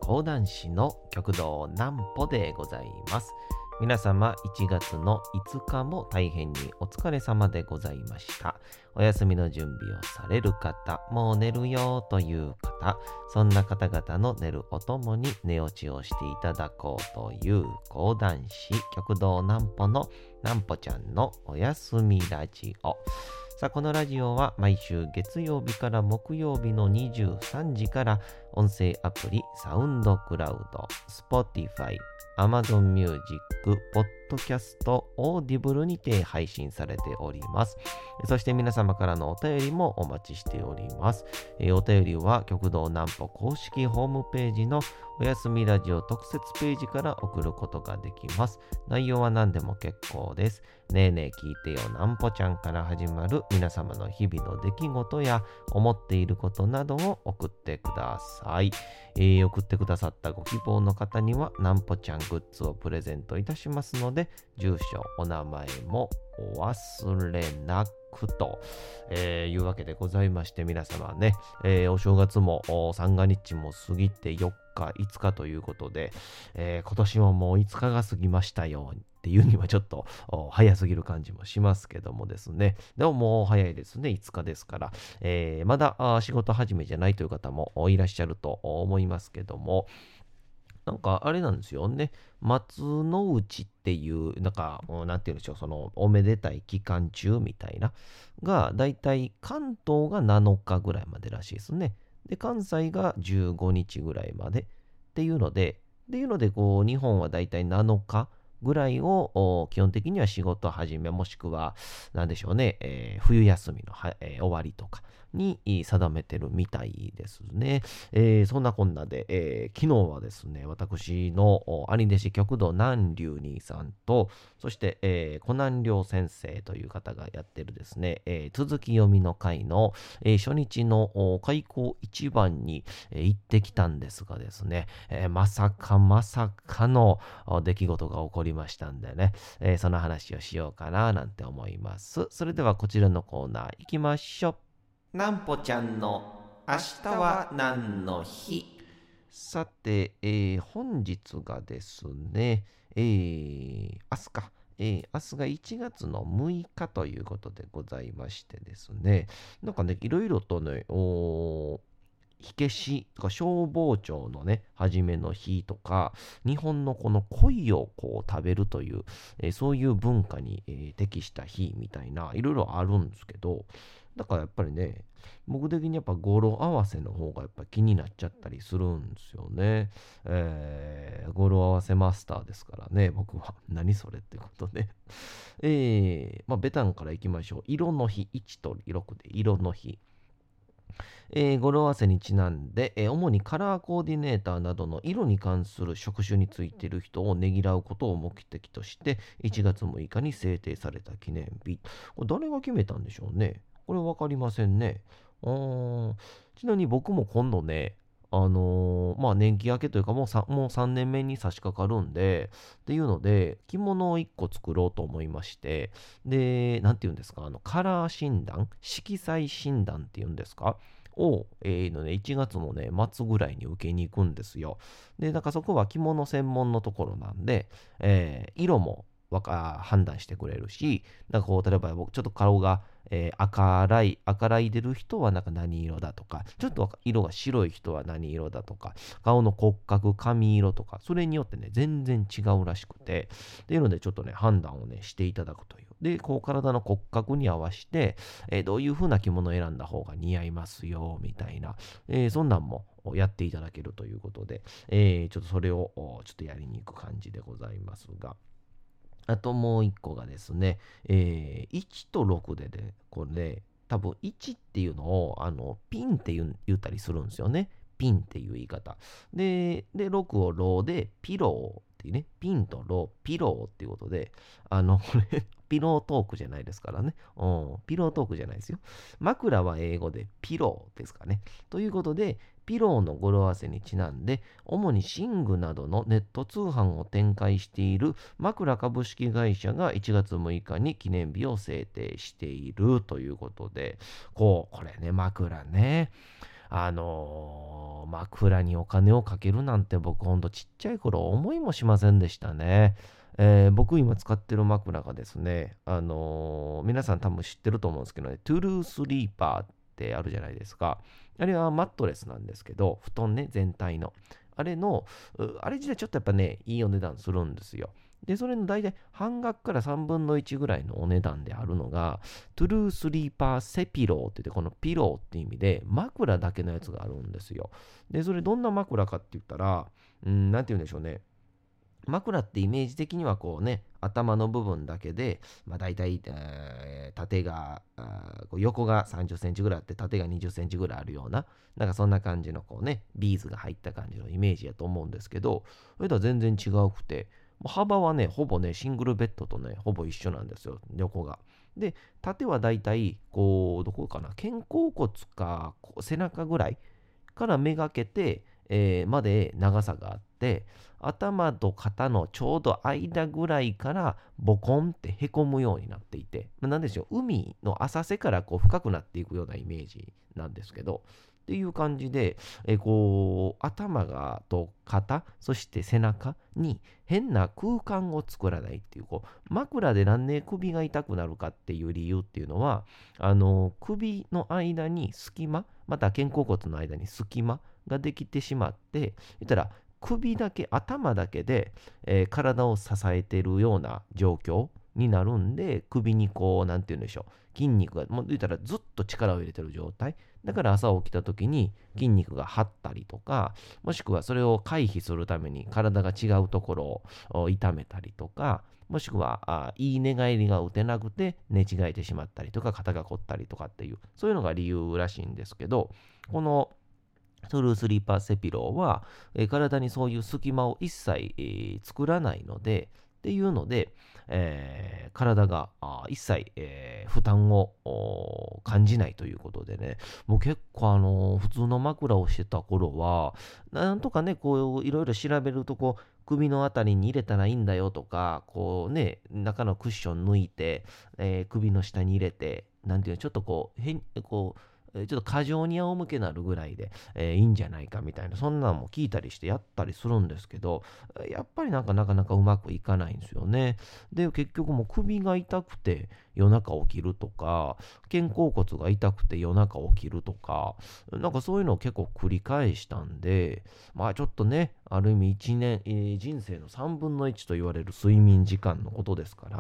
講談師の極道南歩でございます。皆様1月の5日も大変にお疲れ様でございました。お休みの準備をされる方、もう寝るよという方、そんな方々の寝るおともに寝落ちをしていただこうという講談師極道南歩の南歩ちゃんのおやすみラジオ。さあ、このラジオは毎週月曜日から木曜日の23時から音声アプリサウンドクラウド、Spotify、Amazon Music、ポッドキャスト、オーディブルにて配信されております。そして皆様からのお便りもお待ちしております。お便りは極道南歩公式ホームページのおやすみラジオ特設ページから送ることができます。内容は何でも結構です。ねえねえ聞いてよ南歩ちゃんから始まる皆様の日々の出来事や思っていることなどを送ってください。送ってくださったご希望の方には南歩ちゃんグッズをプレゼントいたしますので、住所お名前もお忘れなくと、いうわけでございまして、皆様ね、お正月も三が日も過ぎて4日5日ということで、今年ももう5日が過ぎましたよっていうにはちょっと早すぎる感じもしますけどもですね。でももう早いですね、5日ですから、まだ仕事始めじゃないという方もいらっしゃると思いますけども、なんかあれなんですよね。松の内っていう、なんか、なんていうんでしょう、そのおめでたい期間中みたいな、が、だいたい関東が7日ぐらいまでらしいですね。で、関西が15日ぐらいまでっていうので、こう、日本はだいたい7日ぐらいを基本的には仕事始め、もしくは、なんでしょうね、冬休みの終わりとかに定めてるみたいですね。そんなこんなで、昨日はですね、私の兄弟子極道南龍兄さんと、そして、小南良先生という方がやってるですね、続き読みの会の、初日の開校一番に、行ってきたんですがですね、まさかの出来事が起こりましたんでね、その話をしようかななんて思います。それではこちらのコーナー行きましょう。なんぽちゃんの明日は何の日。さて、本日がですね、明日か。明日が1月の6日ということでございましてですね、なんかね、いろいろとね、火消しとか消防庁のね、初めの日とか、日本のこの鯉をこう食べるという、そういう文化に、適した日みたいな、いろいろあるんですけど、だからやっぱりね、僕的にやっぱ語呂合わせの方がやっぱ気になっちゃったりするんですよね。語呂合わせマスターですからね、僕は。何それってことで。ベタンからいきましょう。色の日、1と6で色の日。語呂合わせにちなんで、主にカラーコーディネーターなどの色に関する職種についている人をねぎらうことを目的として1月6日に制定された記念日。これ誰が決めたんでしょうね。これわかりませんね。ちなみに僕も今度ね、年季明けというかもう3年目に差し掛かるんで、っていうので、着物を1個作ろうと思いまして、で、なんて言うんですか、カラー診断、色彩診断っていうんですかを、1月のね、末ぐらいに受けに行くんですよ。で、なんかそこは着物専門のところなんで、色も判断してくれるし、なんかこう、例えば僕ちょっと顔が、赤い出る人はなんか何色だとか、ちょっと色が白い人は何色だとか、顔の骨格、髪色とか、それによってね、全然違うらしくて、っていうのでちょっとね、判断をね、していただくという。で、こう体の骨格に合わせて、どういう風な着物を選んだ方が似合いますよ、みたいな、そんなんもやっていただけるということで、ちょっとそれをちょっとやりに行く感じでございますが、あともう一個がですね、1と6でね、これ、多分1っていうのを、ピンって言ったりするんですよね。ピンっていう言い方。で、6をローで、ピローっていうね、ピンとロー、ピローっていうことで、これ、ピロートークじゃないですからね。ピロートークじゃないですよ。枕は英語でピローですかね。ということで、ピローの語呂合わせにちなんで、主に寝具などのネット通販を展開している枕株式会社が1月6日に記念日を制定しているということで、これね、枕ね。 枕にお金をかけるなんて僕ほんとちっちゃい頃思いもしませんでしたね。僕今使ってる枕がですね、皆さん多分知ってると思うんですけどね、トゥルースリーパーってあるじゃないですか。あれはマットレスなんですけど、布団ね、全体の。あれ自体ちょっとやっぱね、いいお値段するんですよ。で、それの大体半額から3分の1ぐらいのお値段であるのが、トゥルースリーパーセピローって言って、このピローって意味で枕だけのやつがあるんですよ。で、それどんな枕かって言ったら、なんて言うんでしょうね。枕ってイメージ的にはこうね、頭の部分だけで、大体、縦が、こう横が30センチぐらいあって、縦が20センチぐらいあるような、なんかそんな感じのこうね、ビーズが入った感じのイメージやと思うんですけど、それとは全然違うくて、もう幅はね、ほぼね、シングルベッドとね、ほぼ一緒なんですよ、横が。で、縦はだいたい、こう、どこかな、肩甲骨か背中ぐらいからめがけて、まで長さがあって、頭と肩のちょうど間ぐらいからボコンってへこむようになっていて、なんでしょう、海の浅瀬からこう深くなっていくようなイメージなんですけど、っていう感じで、こう頭と肩、そして背中に変な空間を作らないっていう、こう枕でなんで首が痛くなるかっていう理由っていうのは、首の間に隙間、また肩甲骨の間に隙間ができてしまって、言ったら首だけ、頭だけで、体を支えているような状況になるんで、首にこう、なんて言うんでしょう、筋肉が、もう言ったらずっと力を入れてる状態。だから朝起きた時に筋肉が張ったりとか、もしくはそれを回避するために体が違うところを痛めたりとか、もしくはいい寝返りが打てなくて寝違えてしまったりとか、肩が凝ったりとかっていう、そういうのが理由らしいんですけど、このトゥルースリーパーセピローは、体にそういう隙間を一切、作らないので、っていうので、体が一切、負担を感じないということでね、もう結構普通の枕をしてた頃は、なんとかね、こういろいろ調べると、こう首のあたりに入れたらいいんだよとか、こうね、中のクッション抜いて、首の下に入れて、なんていうの、ちょっとこう、ちょっと過剰に仰向けなるぐらいで、いいんじゃないかみたいな、そんなのも聞いたりしてやったりするんですけど、やっぱりなんかなかなかうまくいかないんですよね。で、結局もう首が痛くて夜中起きるとか、肩甲骨が痛くて夜中起きるとか、なんかそういうのを結構繰り返したんで、ちょっとね、ある意味1年、人生の3分の1と言われる睡眠時間のことですから、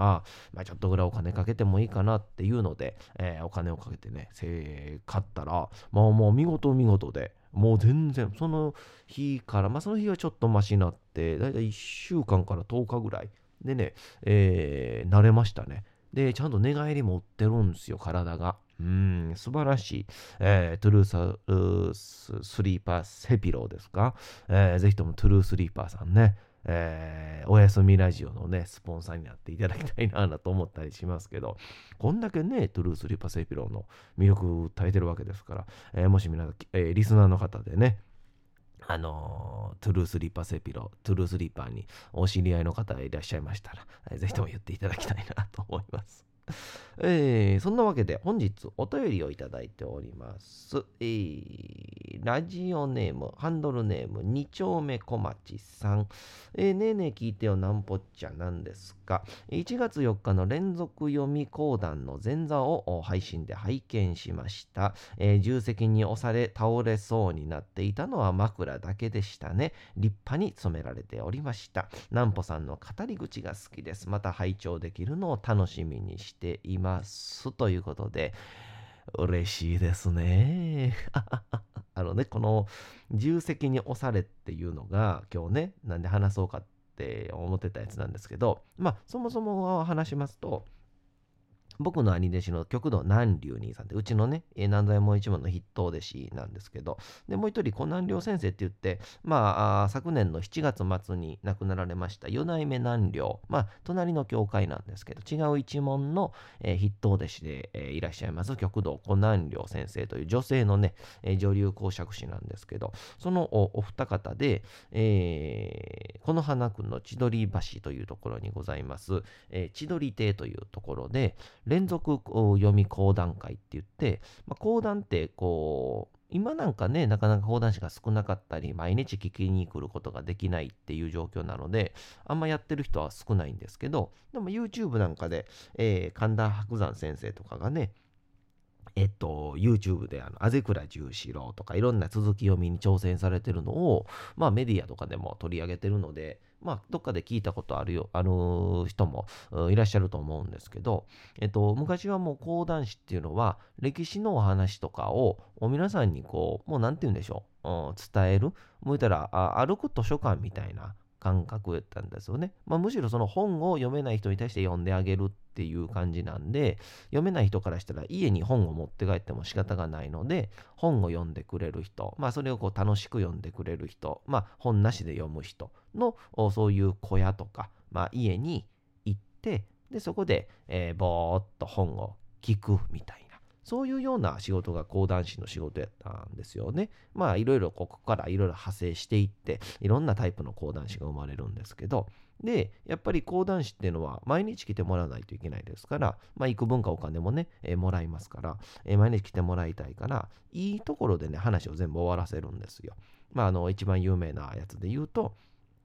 ちょっとぐらいお金かけてもいいかなっていうので、お金をかけてね、買ったら、もう見事見事で、もう全然、その日から、その日はちょっとマシになって、だいたい1週間から10日ぐらいでね、慣れましたね。で、ちゃんと寝返りも打ってるんですよ、体が。素晴らしい。トゥルースリーパーセピローですか、ぜひともトゥルースリーパーさんね、おやすみラジオのね、スポンサーになっていただきたいなと思ったりしますけど、こんだけね、トゥルースリーパーセピローの魅力を訴えてるわけですから、もし皆さん、リスナーの方でね、トゥルースリーパーセピロー、トゥルースリーパーにお知り合いの方がいらっしゃいましたら、ぜひとも言っていただきたいなと思います。そんなわけで本日お便りをいただいております。ラジオネーム、ハンドルネーム、二丁目小町さん。ねえねえ聞いてよなんぽっちゃなんですか。1月4日の連続読み講談の前座を配信で拝見しました。重責に押され倒れそうになっていたのは枕だけでしたね。立派に染められておりました。なんぽさんの語り口が好きです。また拝聴できるのを楽しみにしています。ということで、嬉しいですね。この重責に押されっていうのが今日ね、なんで話そうかって思ってたやつなんですけど、そもそも話しますと、僕の兄弟子の極道南龍兄さんって、うちのね、南左衛門一門の筆頭弟子なんですけど、で、もう一人、小南龍先生って言って、昨年の7月末に亡くなられました、四代目南龍、隣の教会なんですけど、違う一門の、筆頭弟子で、いらっしゃいます、極道小南龍先生という女性のね、女流講釈師なんですけど、そのお二方で、この花区の千鳥橋というところにございます、千鳥亭というところで、連続読み講談会って言って、講談ってこう今なんかね、なかなか講談師が少なかったり、毎日聞きに来ることができないっていう状況なので、あんまやってる人は少ないんですけど、でも YouTube なんかで、神田伯山先生とかがね、YouTube であぜ倉十四郎とかいろんな続き読みに挑戦されてるのを、まあメディアとかでも取り上げてるので、まあどっかで聞いたことあるよ、人もいらっしゃると思うんですけど、昔はもう講談師っていうのは歴史のお話とかを皆さんにこう、もうなんて言うんでしょう、伝える、もう言ったら歩く図書館みたいな感覚やったんですよね。まあ、むしろその本を読めない人に対して読んであげるっていう感じなんで、読めない人からしたら家に本を持って帰っても仕方がないので、本を読んでくれる人、まあそれをこう楽しく読んでくれる人、まあ本なしで読む人のそういう小屋とか、まあ家に行って、でそこで、ぼーっと本を聞くみたいな。そういうような仕事が講談師の仕事やったんですよね。まあいろいろここからいろいろ派生していって、いろんなタイプの講談師が生まれるんですけど、で、やっぱり講談師っていうのは毎日来てもらわないといけないですから、まあ幾分かお金もね、もらいますから、毎日来てもらいたいから、いいところでね、話を全部終わらせるんですよ。まあ一番有名なやつで言うと、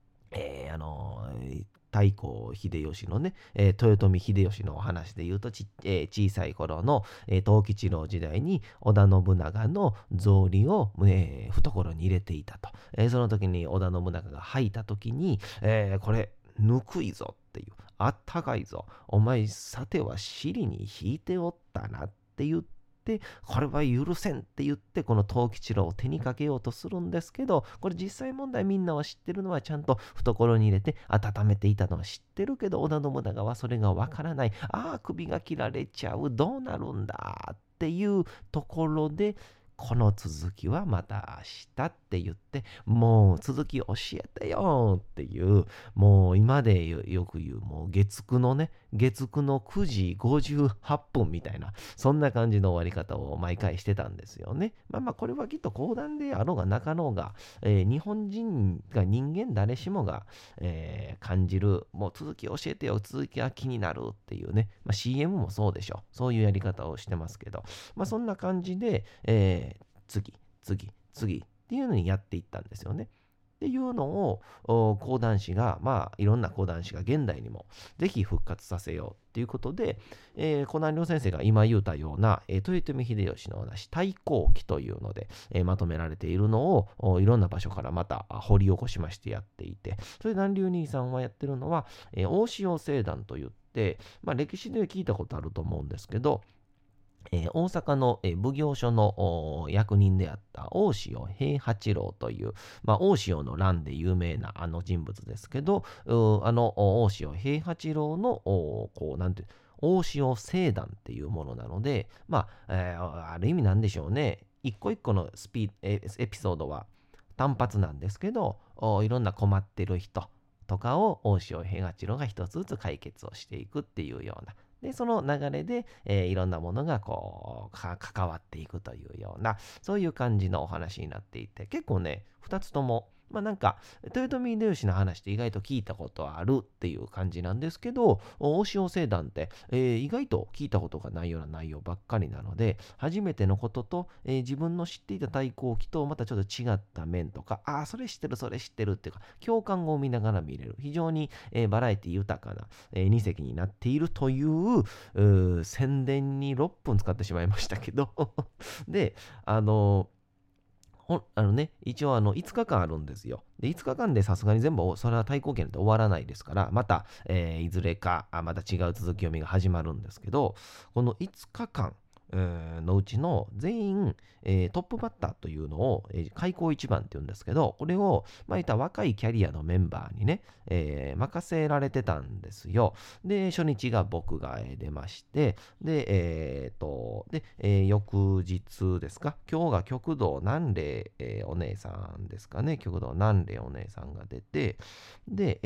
太閤秀吉のね、豊臣秀吉のお話で言うと小さい頃の、藤吉郎時代に織田信長の草履を、懐に入れていたと。その時に織田信長が吐いた時に、これ、ぬくいぞっていう、あったかいぞ、お前さては尻に引いておったなって言って、これは許せんって言ってこの藤吉郎を手にかけようとするんですけど、これ実際問題みんなは知ってるのはちゃんと懐に入れて温めていたのは知ってるけど、織田信長はそれがわからない。ああ、首が切られちゃう、どうなるんだっていうところで、この続きはまた明日って言って、もう続き教えてよっていう、もう今でよく言う、もう月9のね、月9の9時58分みたいな、そんな感じの終わり方を毎回してたんですよね。まあまあ、これはきっと講談であろうがなかろうが、日本人が人間誰しもが、感じる、もう続き教えてよ、続きが気になるっていうね、まあ、CM もそうでしょ。そういうやり方をしてますけど、まあそんな感じで、次、次、次っていうのにやっていったんですよね。っていうのを講談師が、まあいろんな講談師が現代にもぜひ復活させようっていうことで、小南良先生が今言うたような、豊臣秀吉の話、太閤記というので、まとめられているのをいろんな場所からまた掘り起こしましてやっていて、それで南流兄さんはやってるのは、大塩聖団といって、まあ歴史で聞いたことあると思うんですけど、大阪の、奉行所の役人であった大塩平八郎という、まあ、大塩の乱で有名なあの人物ですけど、大塩平八郎のこうなんて大塩聖団っていうものなので、まあ、ある意味なんでしょうね、一個一個のエピソードは単発なんですけど、いろんな困ってる人とかを大塩平八郎が一つずつ解決をしていくっていうような。で、その流れで、いろんなものがこう関わっていくというような、そういう感じのお話になっていて、結構ね、二つとも、まあなんか、豊臣秀吉の話って意外と聞いたことあるっていう感じなんですけど、大塩聖団って、意外と聞いたことがないような内容ばっかりなので、初めてのことと、自分の知っていた太閤記とまたちょっと違った面とか、ああ、それ知ってる、それ知ってるっていうか、共感を見ながら見れる、非常に、バラエティ豊かな、二席になっているという宣伝に6分使ってしまいましたけどで、一応5日間あるんですよ。で、5日間でさすがに全部、それは太閤記なんて終わらないですから、また、いずれか、また違う続き読みが始まるんですけど、この5日間、のうちの全員、トップバッターというのを、開口一番って言うんですけど、これを、まあ、いった若いキャリアのメンバーにね、任せられてたんですよ。で、初日が僕が出まして、で、翌日ですか、今日が極道南霊、お姉さんですかね、極道南霊お姉さんが出て、で、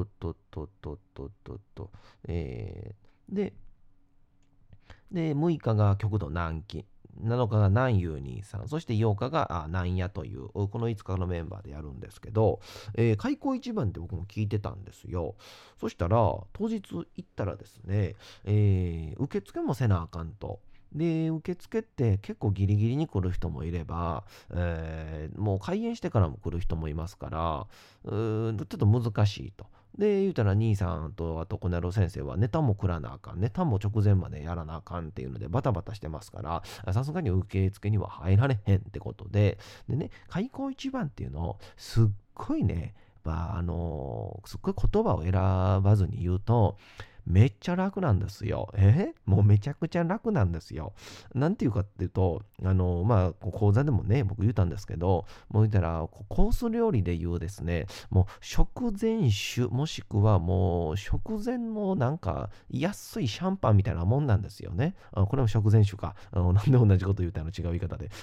で、6日が極度南紀、7日が南遊兄さん、そして8日が南夜という、この5日のメンバーでやるんですけど、開口一番って僕も聞いてたんですよ。そしたら、当日行ったらですね、受付もせなあかんと。 で、受付って結構ギリギリに来る人もいれば、もう開園してからも来る人もいますから、ちょっと難しいと。で、言うたら兄さんと、あとこの野郎先生はネタも来らなあかん、ネタも直前までやらなあかんっていうのでバタバタしてますから、さすがに受付には入られへんってことで、でね、開口一番っていうのをすっごいね、すっごい言葉を選ばずに言うと、めっちゃ楽なんですよ。もうめちゃくちゃ楽なんですよ。なんていうかっていうと、講座でもね、僕言ったんですけど、もう言ったら、コース料理で言うですね、もう食前酒、もしくはもう食前のなんか安いシャンパンみたいなもんなんですよね。これも食前酒か。なんで同じこと言ったの違う言い方で。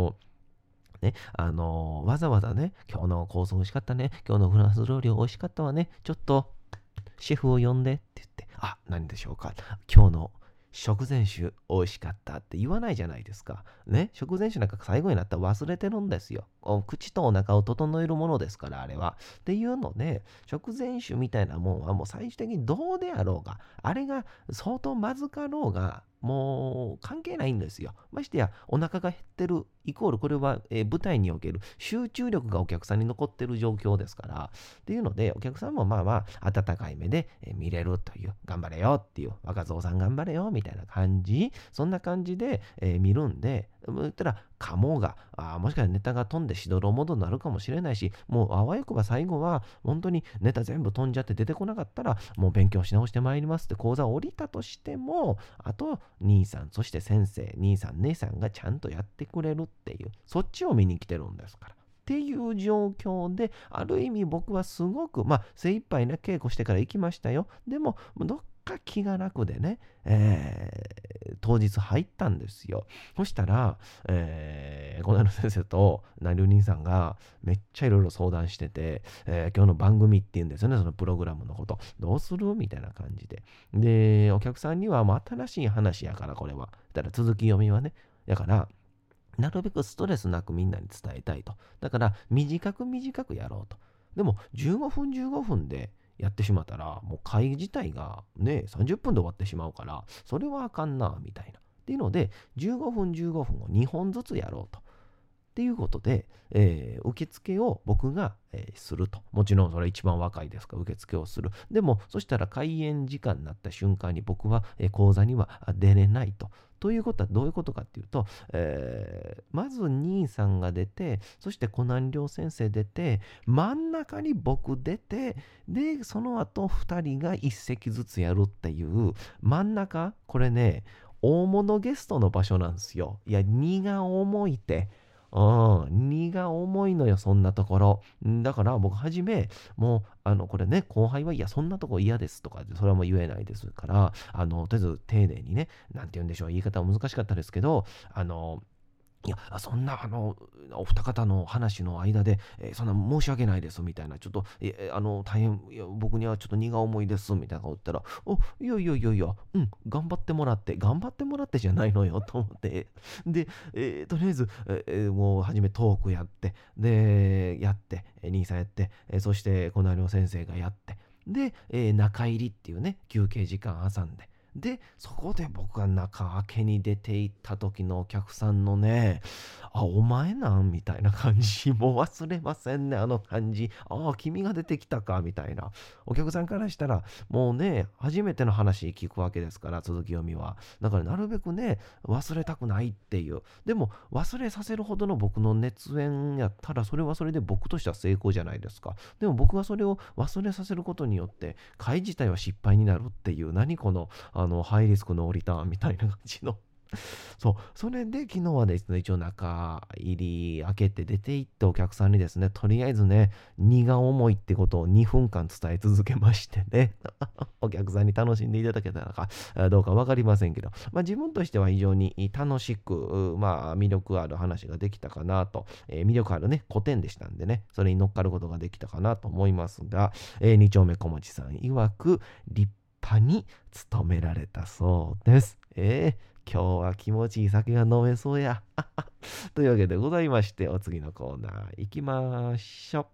わざわざね、今日のコース美味しかったね、今日のフランス料理美味しかったわね、ちょっとシェフを呼んでって言って、何でしょうか。今日の食前酒美味しかったって言わないじゃないですか。ね。食前酒なんか最後になったら忘れてるんですよ。口とお腹を整えるものですから、あれは。っていうので、食前酒みたいなもんはもう最終的にどうであろうが、あれが相当まずかろうが、もう関係ないんですよ。ましてや、お腹が減ってる、イコールこれは、舞台における集中力がお客さんに残ってる状況ですから、っていうので、お客さんもまあまあ、温かい目で見れるという、頑張れよっていう、若造さん頑張れよみたいな感じ、そんな感じで、見るんで、言ったら、カモが、もしかしたらネタが飛んでしどろもどになるかもしれないし、もうあわよくば最後は、本当にネタ全部飛んじゃって出てこなかったら、もう勉強し直してまいりますって講座を降りたとしても、あと、兄さん、そして先生、兄さん、姉さんがちゃんとやってくれるっていう、そっちを見に来てるんですから。っていう状況で、ある意味僕はすごく、精一杯ね、稽古してから行きましたよ。でも、どっか気が楽でね、当日入ったんですよ。そしたら、この間の先生と成尾兄さんがめっちゃいろいろ相談してて、今日の番組っていうんですよね、そのプログラムのこと。どうするみたいな感じで。で、お客さんにはもう新しい話やから、これは。だから続き読みはね。だから、なるべくストレスなくみんなに伝えたいと。だから短く短くやろうと。でも15分15分でやってしまったらもう会議自体がね30分で終わってしまうからそれはあかんなみたいな。っていうので15分15分を2本ずつやろうと。っていうことで、受付を僕が、すると。もちろんそれ一番若いですから受付をする。でも、そしたら開演時間になった瞬間に僕は、講座には出れないと。ということはどういうことかっていうと、まず兄さんが出て、そして湖南寮先生出て、真ん中に僕出て、で、その後2人が1席ずつやるっていう、真ん中、これね、大物ゲストの場所なんですよ。いや、荷が重いて。荷が重いのよ、そんなところ。だから僕はじめ、もう、これね、後輩はいや、そんなとこ嫌ですとか、それはもう言えないですから、とりあえず丁寧にね、なんて言うんでしょう、言い方は難しかったですけど、いや、そんな、お二方の話の間で、そんな申し訳ないです、みたいな、ちょっと、大変、いや、僕にはちょっと荷が重いです、みたいなこと言ったら、いやいやいやいや、頑張ってもらってじゃないのよ、と思って。で、とりあえず、もう、初めトークやって、で、やって、兄さんやって、そして、この有先生がやって、で、中入りっていうね、休憩時間挟んで、で、そこで僕が中開けに出て行った時のお客さんのね、お前なんみたいな感じ。もう忘れませんね、あの感じ。君が出てきたかみたいな。お客さんからしたら、もうね、初めての話聞くわけですから、続き読みは。だからなるべくね、忘れたくないっていう。でも、忘れさせるほどの僕の熱演やったら、それはそれで僕としては成功じゃないですか。でも僕はそれを忘れさせることによって、会自体は失敗になるっていう、何この、ハイリスクノーリターンみたいな感じのそう、それで昨日はですね、一応中入り開けて出て行ったお客さんにですね、とりあえずね、荷が重いってことを2分間伝え続けましてね、お客さんに楽しんでいただけたのかどうかわかりませんけど、自分としては非常に楽しく、魅力ある話ができたかなと、魅力あるね、古典でしたんでね、それに乗っかることができたかなと思いますが、2丁目小持さん曰く、立派に務められたそうです。今日は気持ちいい酒が飲めそうや。というわけでございまして、お次のコーナー行きましょう。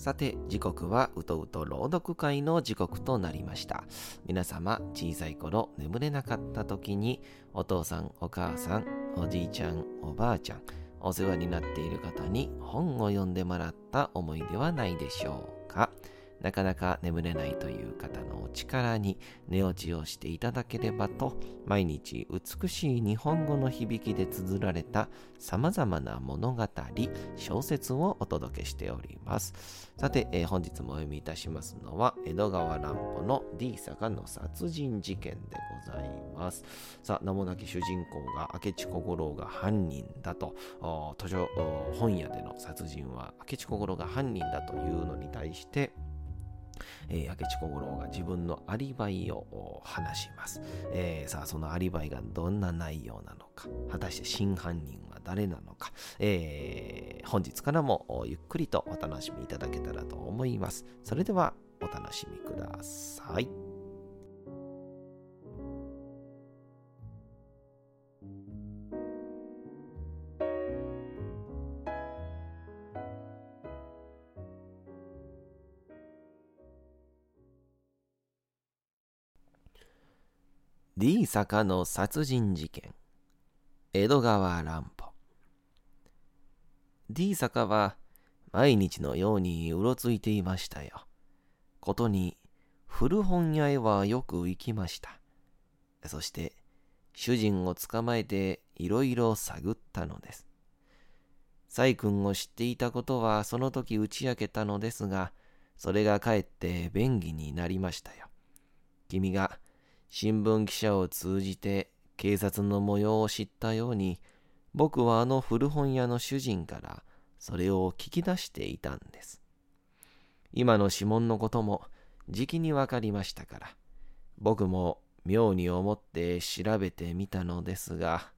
さて、時刻はうとうと朗読会の時刻となりました。皆様、小さい頃眠れなかった時に、お父さん、お母さん、おじいちゃん、おばあちゃん、お世話になっている方に本を読んでもらった思いではないでしょうか。なかなか眠れないという方のお力に寝落ちをしていただければと、毎日美しい日本語の響きで綴られた様々な物語、小説をお届けしております。さて、本日もお読みいたしますのは江戸川乱歩の D 坂の殺人事件でございます。さあ、名もなき主人公が明智小五郎が犯人だと、本屋での殺人は明智小五郎が犯人だというのに対して、明智小五郎が自分のアリバイを話します。さあ、そのアリバイがどんな内容なのか、果たして真犯人は誰なのか、本日からもゆっくりとお楽しみいただけたらと思います。それではお楽しみください。D 坂の殺人事件、江戸川乱歩。D 坂は毎日のようにうろついていましたよ。ことに古本屋へはよく行きました。そして主人を捕まえていろいろ探ったのです。細君を知っていたことはその時打ち明けたのですが、それがかえって便宜になりましたよ。君が新聞記者を通じて警察の模様を知ったように、僕はあの古本屋の主人からそれを聞き出していたんです。今の指紋のこともじきにわかりましたから、僕も妙に思って調べてみたのですが、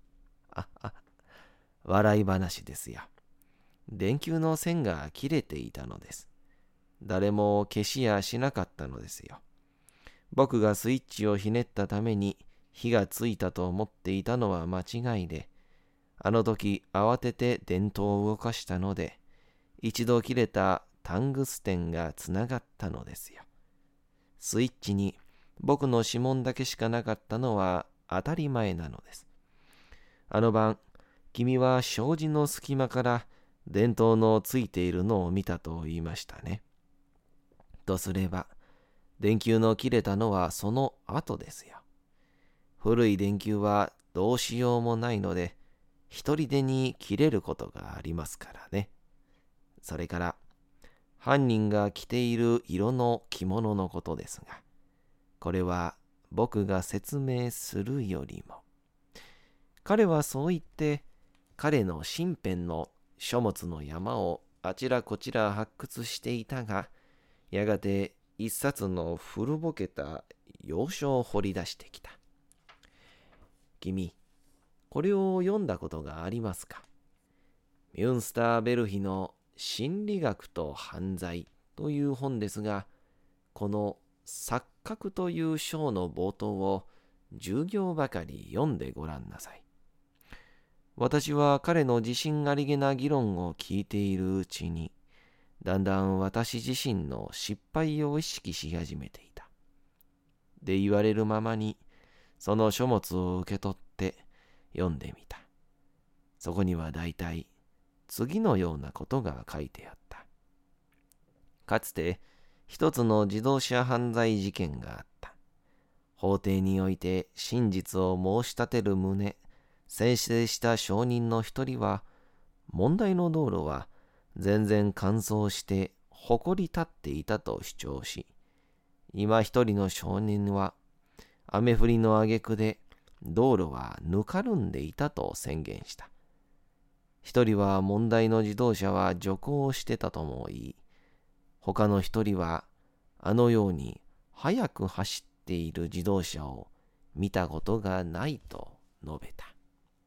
笑い話ですよ。電球の線が切れていたのです。誰も消しやしなかったのですよ。僕がスイッチをひねったために火がついたと思っていたのは間違いで、あの時慌てて電灯を動かしたので、一度切れたタングステンがつながったのですよ。スイッチに僕の指紋だけしかなかったのは当たり前なのです。あの晩、君は障子の隙間から電灯のついているのを見たと言いましたね。とすれば、電球の切れたのはその後ですよ。古い電球はどうしようもないので、一人でに切れることがありますからね。それから、犯人が着ている色の着物のことですが、これは僕が説明するよりも、彼はそう言って、彼の身辺の書物の山をあちらこちら発掘していたが、やがて一冊の古ぼけた洋書を掘り出してきた。君、これを読んだことがありますか？ミュンスターベルヒの心理学と犯罪という本ですが、この錯覚という章の冒頭を10行ばかり読んでごらんなさい。私は彼の自信ありげな議論を聞いているうちに、だんだん私自身の失敗を意識し始めていた。で言われるままに、その書物を受け取って読んでみた。そこにはだいたい次のようなことが書いてあった。かつて一つの自動車犯罪事件があった。法廷において真実を申し立てる旨、宣誓した証人の一人は、問題の道路は全然乾燥して誇り立っていたと主張し、今一人の証人は雨降りの挙句で道路はぬかるんでいたと宣言した。一人は問題の自動車は徐行してたとも言い、他の一人はあのように速く走っている自動車を見たことがないと述べた。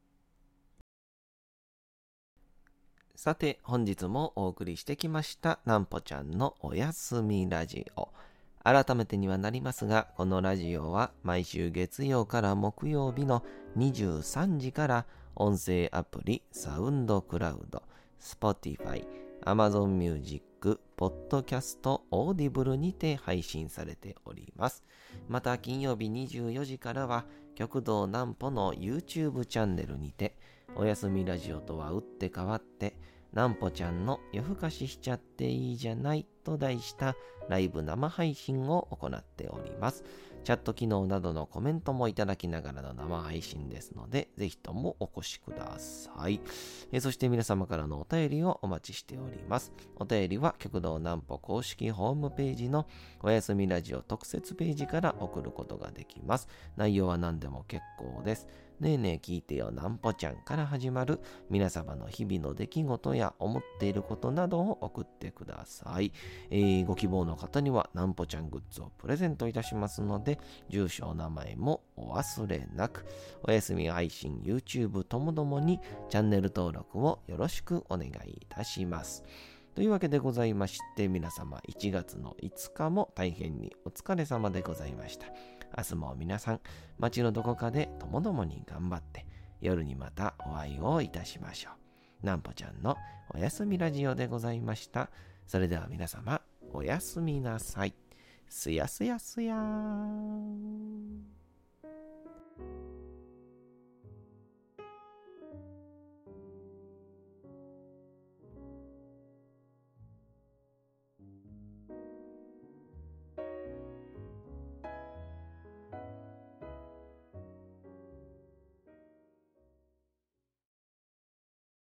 さて、本日もお送りしてきましたなんぽちゃんのおやすみラジオ。改めてにはなりますが、このラジオは毎週月曜から木曜日の23時から音声アプリサウンドクラウド、Spotify、 Amazon Music、Podcast、Audible にて配信されております。また金曜日24時からは極道南歩の YouTube チャンネルにておやすみラジオとは打って変わって南歩ちゃんの夜更かししちゃっていいじゃないと題したライブ生配信を行っております。チャット機能などのコメントもいただきながらの生配信ですので、ぜひともお越しください。そして皆様からのお便りをお待ちしております。お便りは極道南歩公式ホームページのおやすみラジオ特設ページから送ることができます。内容は何でも結構です。ねえねえ聞いてよなんぽちゃんから始まる皆様の日々の出来事や思っていることなどを送ってください。ご希望の方にはなんぽちゃんグッズをプレゼントいたしますので、住所お名前もお忘れなく。おやすみ配信 YouTube ともどもにチャンネル登録をよろしくお願いいたします。というわけでございまして、皆様1月の5日も大変にお疲れ様でございました。明日も皆さん、街のどこかでともどもに頑張って、夜にまたお会いをいたしましょう。なんぽちゃんのおやすみラジオでございました。それでは皆様、おやすみなさい。すやすやすやーん。